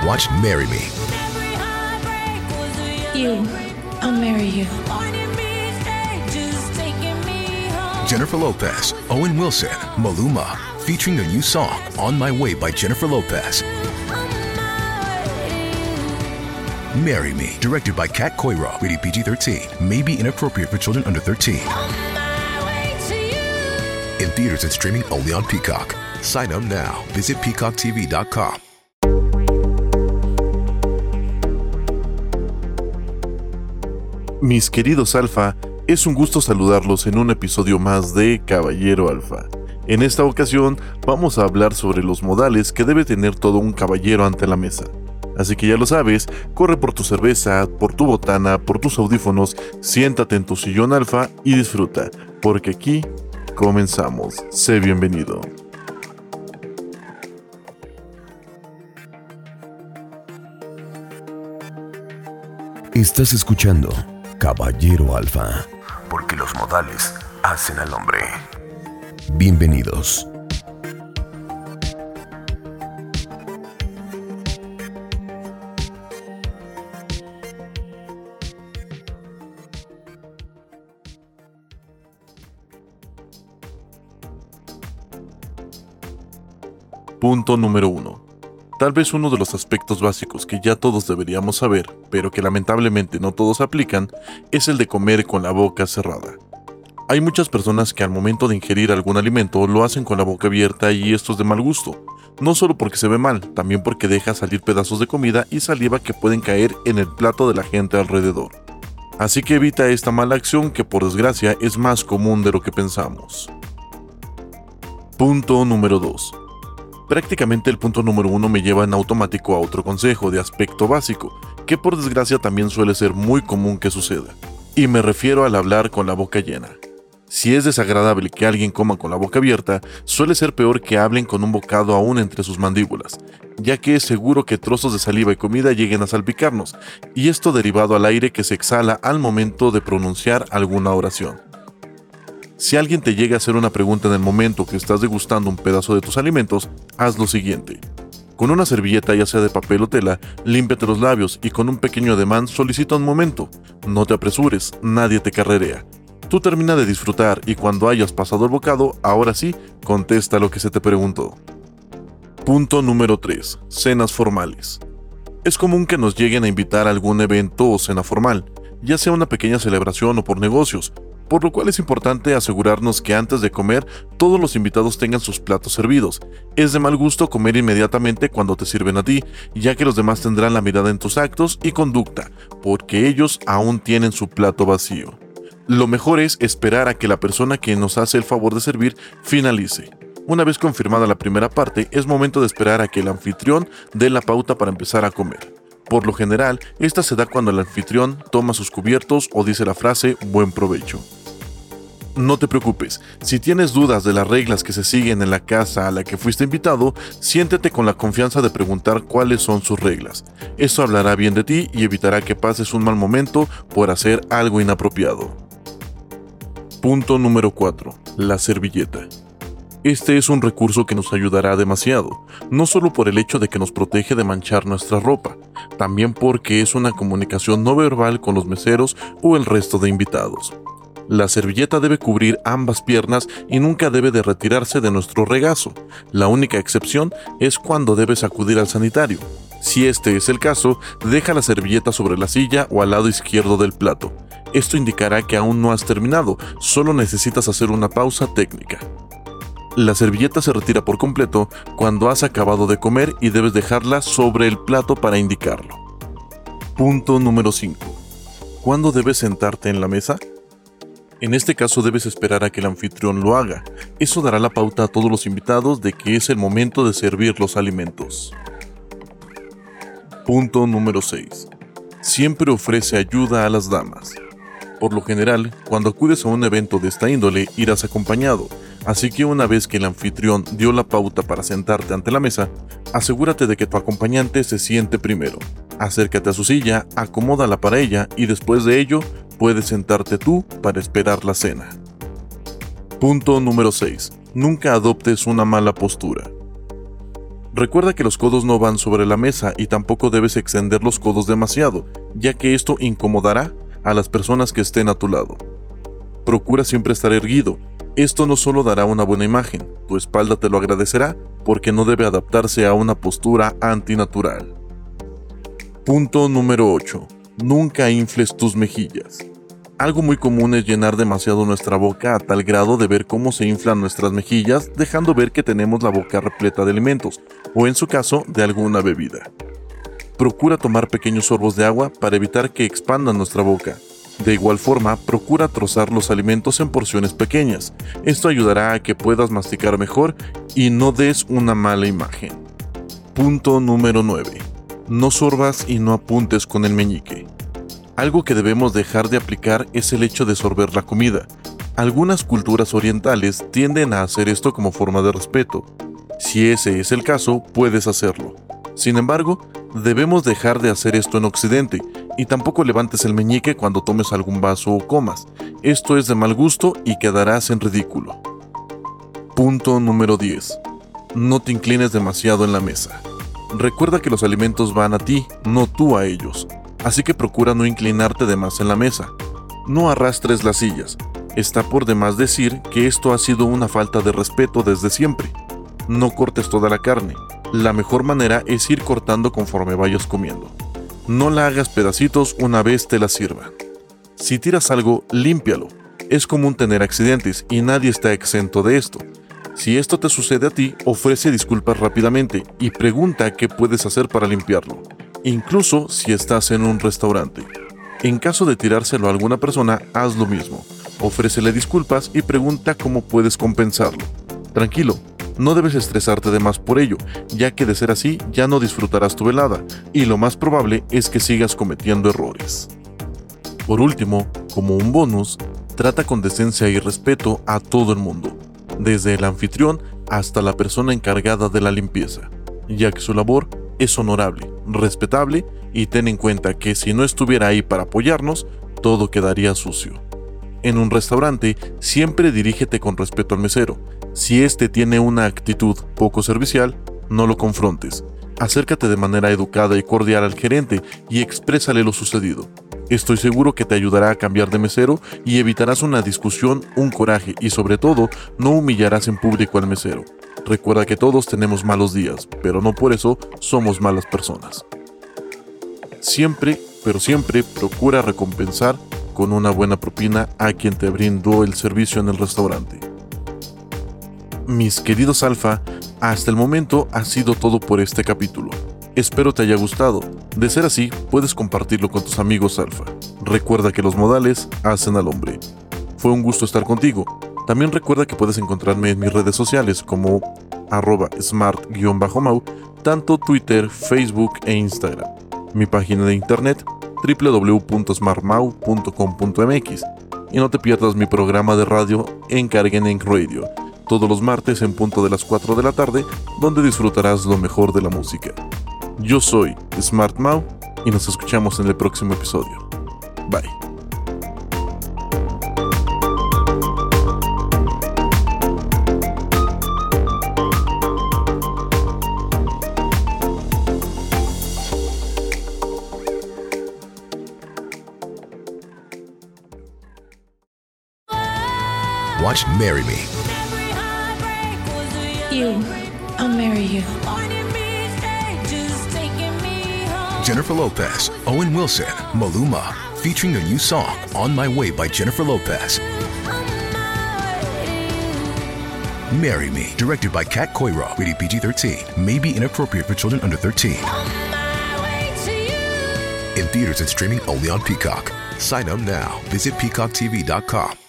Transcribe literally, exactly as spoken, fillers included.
Watch Marry Me. You. I'll marry you. Jennifer Lopez, Owen Wilson, Maluma, featuring their new song, On My Way by Jennifer Lopez. Marry Me, directed by Kat Coiro, rated P G thirteen, may be inappropriate for children under thirteen. In theaters and streaming only on Peacock. Sign up now. Visit peacock t v dot com. Mis queridos Alfa, es un gusto saludarlos en un episodio más de Caballero Alfa. En esta ocasión vamos a hablar sobre los modales que debe tener todo un caballero ante la mesa. Así que ya lo sabes, corre por tu cerveza, por tu botana, por tus audífonos, siéntate en tu sillón Alfa y disfruta, porque aquí comenzamos. Sé bienvenido. Estás escuchando Caballero Alfa, porque los modales hacen al hombre. Bienvenidos. Punto número uno. Tal vez uno de los aspectos básicos que ya todos deberíamos saber, pero que lamentablemente no todos aplican, es el de comer con la boca cerrada. Hay muchas personas que al momento de ingerir algún alimento lo hacen con la boca abierta y esto es de mal gusto. No solo porque se ve mal, también porque deja salir pedazos de comida y saliva que pueden caer en el plato de la gente alrededor. Así que evita esta mala acción que por desgracia es más común de lo que pensamos. Punto número dos. Prácticamente el punto número uno me lleva en automático a otro consejo de aspecto básico, que por desgracia también suele ser muy común que suceda. Y me refiero al hablar con la boca llena. Si es desagradable que alguien coma con la boca abierta, suele ser peor que hablen con un bocado aún entre sus mandíbulas, ya que es seguro que trozos de saliva y comida lleguen a salpicarnos, y esto derivado al aire que se exhala al momento de pronunciar alguna oración. Si alguien te llega a hacer una pregunta en el momento que estás degustando un pedazo de tus alimentos, haz lo siguiente. Con una servilleta, ya sea de papel o tela, límpiate los labios y con un pequeño ademán solicita un momento. No te apresures, nadie te carrerea. Tú termina de disfrutar y cuando hayas pasado el bocado, ahora sí, contesta lo que se te preguntó. Punto número tres. Cenas formales. Es común que nos lleguen a invitar a algún evento o cena formal, ya sea una pequeña celebración o por negocios, por lo cual es importante asegurarnos que antes de comer todos los invitados tengan sus platos servidos. Es de mal gusto comer inmediatamente cuando te sirven a ti, ya que los demás tendrán la mirada en tus actos y conducta, porque ellos aún tienen su plato vacío. Lo mejor es esperar a que la persona que nos hace el favor de servir finalice. Una vez confirmada la primera parte, es momento de esperar a que el anfitrión dé la pauta para empezar a comer. Por lo general, esta se da cuando el anfitrión toma sus cubiertos o dice la frase "buen provecho". No te preocupes, si tienes dudas de las reglas que se siguen en la casa a la que fuiste invitado, siéntete con la confianza de preguntar cuáles son sus reglas. Eso hablará bien de ti y evitará que pases un mal momento por hacer algo inapropiado. Punto número cuatro. La servilleta. Este es un recurso que nos ayudará demasiado, no solo por el hecho de que nos protege de manchar nuestra ropa, también porque es una comunicación no verbal con los meseros o el resto de invitados. La servilleta debe cubrir ambas piernas y nunca debe de retirarse de nuestro regazo. La única excepción es cuando debes acudir al sanitario. Si este es el caso, deja la servilleta sobre la silla o al lado izquierdo del plato. Esto indicará que aún no has terminado, solo necesitas hacer una pausa técnica. La servilleta se retira por completo cuando has acabado de comer y debes dejarla sobre el plato para indicarlo. Punto número cinco. ¿Cuándo debes sentarte en la mesa? En este caso debes esperar a que el anfitrión lo haga. Eso dará la pauta a todos los invitados de que es el momento de servir los alimentos. Punto número seis. Siempre ofrece ayuda a las damas. Por lo general, cuando acudes a un evento de esta índole, irás acompañado. Así que una vez que el anfitrión dio la pauta para sentarte ante la mesa, asegúrate de que tu acompañante se siente primero. Acércate a su silla, acomódala para ella y después de ello, puedes sentarte tú para esperar la cena. Punto número seis. Nunca adoptes una mala postura. Recuerda que los codos no van sobre la mesa y tampoco debes extender los codos demasiado, ya que esto incomodará a las personas que estén a tu lado. Procura siempre estar erguido. Esto no solo dará una buena imagen, tu espalda te lo agradecerá porque no debe adaptarse a una postura antinatural. Punto número ocho. Nunca infles tus mejillas. Algo muy común es llenar demasiado nuestra boca a tal grado de ver cómo se inflan nuestras mejillas, dejando ver que tenemos la boca repleta de alimentos, o en su caso, de alguna bebida. Procura tomar pequeños sorbos de agua para evitar que expandan nuestra boca. De igual forma, procura trozar los alimentos en porciones pequeñas. Esto ayudará a que puedas masticar mejor y no des una mala imagen. Punto número nueve. No sorbas y no apuntes con el meñique. Algo que debemos dejar de aplicar es el hecho de sorber la comida. Algunas culturas orientales tienden a hacer esto como forma de respeto. Si ese es el caso, puedes hacerlo. Sin embargo, debemos dejar de hacer esto en Occidente, y tampoco levantes el meñique cuando tomes algún vaso o comas. Esto es de mal gusto y quedarás en ridículo. Punto número diez. No te inclines demasiado en la mesa. Recuerda que los alimentos van a ti, no tú a ellos. Así que procura no inclinarte de más en la mesa. No arrastres las sillas. Está por demás decir que esto ha sido una falta de respeto desde siempre. No cortes toda la carne. La mejor manera es ir cortando conforme vayas comiendo. No la hagas pedacitos una vez te la sirvan. Si tiras algo, límpialo. Es común tener accidentes y nadie está exento de esto. Si esto te sucede a ti, ofrece disculpas rápidamente y pregunta qué puedes hacer para limpiarlo. Incluso si estás en un restaurante. En caso de tirárselo a alguna persona, haz lo mismo. Ofrécele disculpas y pregunta cómo puedes compensarlo. Tranquilo, no debes estresarte de más por ello, ya que de ser así ya no disfrutarás tu velada, y lo más probable es que sigas cometiendo errores. Por último, como un bonus, trata con decencia y respeto a todo el mundo, desde el anfitrión hasta la persona encargada de la limpieza, ya que su labor es honorable, respetable y ten en cuenta que si no estuviera ahí para apoyarnos, todo quedaría sucio. En un restaurante, siempre dirígete con respeto al mesero. Si éste tiene una actitud poco servicial, no lo confrontes. Acércate de manera educada y cordial al gerente y exprésale lo sucedido. Estoy seguro que te ayudará a cambiar de mesero y evitarás una discusión, un coraje y sobre todo, no humillarás en público al mesero. Recuerda que todos tenemos malos días, pero no por eso somos malas personas. Siempre, pero siempre procura recompensar con una buena propina a quien te brindó el servicio en el restaurante. Mis queridos Alfa, hasta el momento ha sido todo por este capítulo. Espero te haya gustado. De ser así, puedes compartirlo con tus amigos Alfa. Recuerda que los modales hacen al hombre. Fue un gusto estar contigo. También recuerda que puedes encontrarme en mis redes sociales como arroba smart-mau, tanto Twitter, Facebook e Instagram. Mi página de internet doble u doble u doble u punto smart mau punto com punto m x y no te pierdas mi programa de radio Encargen Radio, todos los martes en punto de las cuatro de la tarde, donde disfrutarás lo mejor de la música. Yo soy Smart Mau y nos escuchamos en el próximo episodio. Bye. Watch Marry Me. You. I'll marry you. Jennifer Lopez, Owen Wilson, Maluma, featuring their new song, On My Way by Jennifer Lopez. Marry Me, directed by Kat Coiro, rated P G thirteen, may be inappropriate for children under thirteen. In theaters and streaming only on Peacock. Sign up now. Visit peacock t v dot com.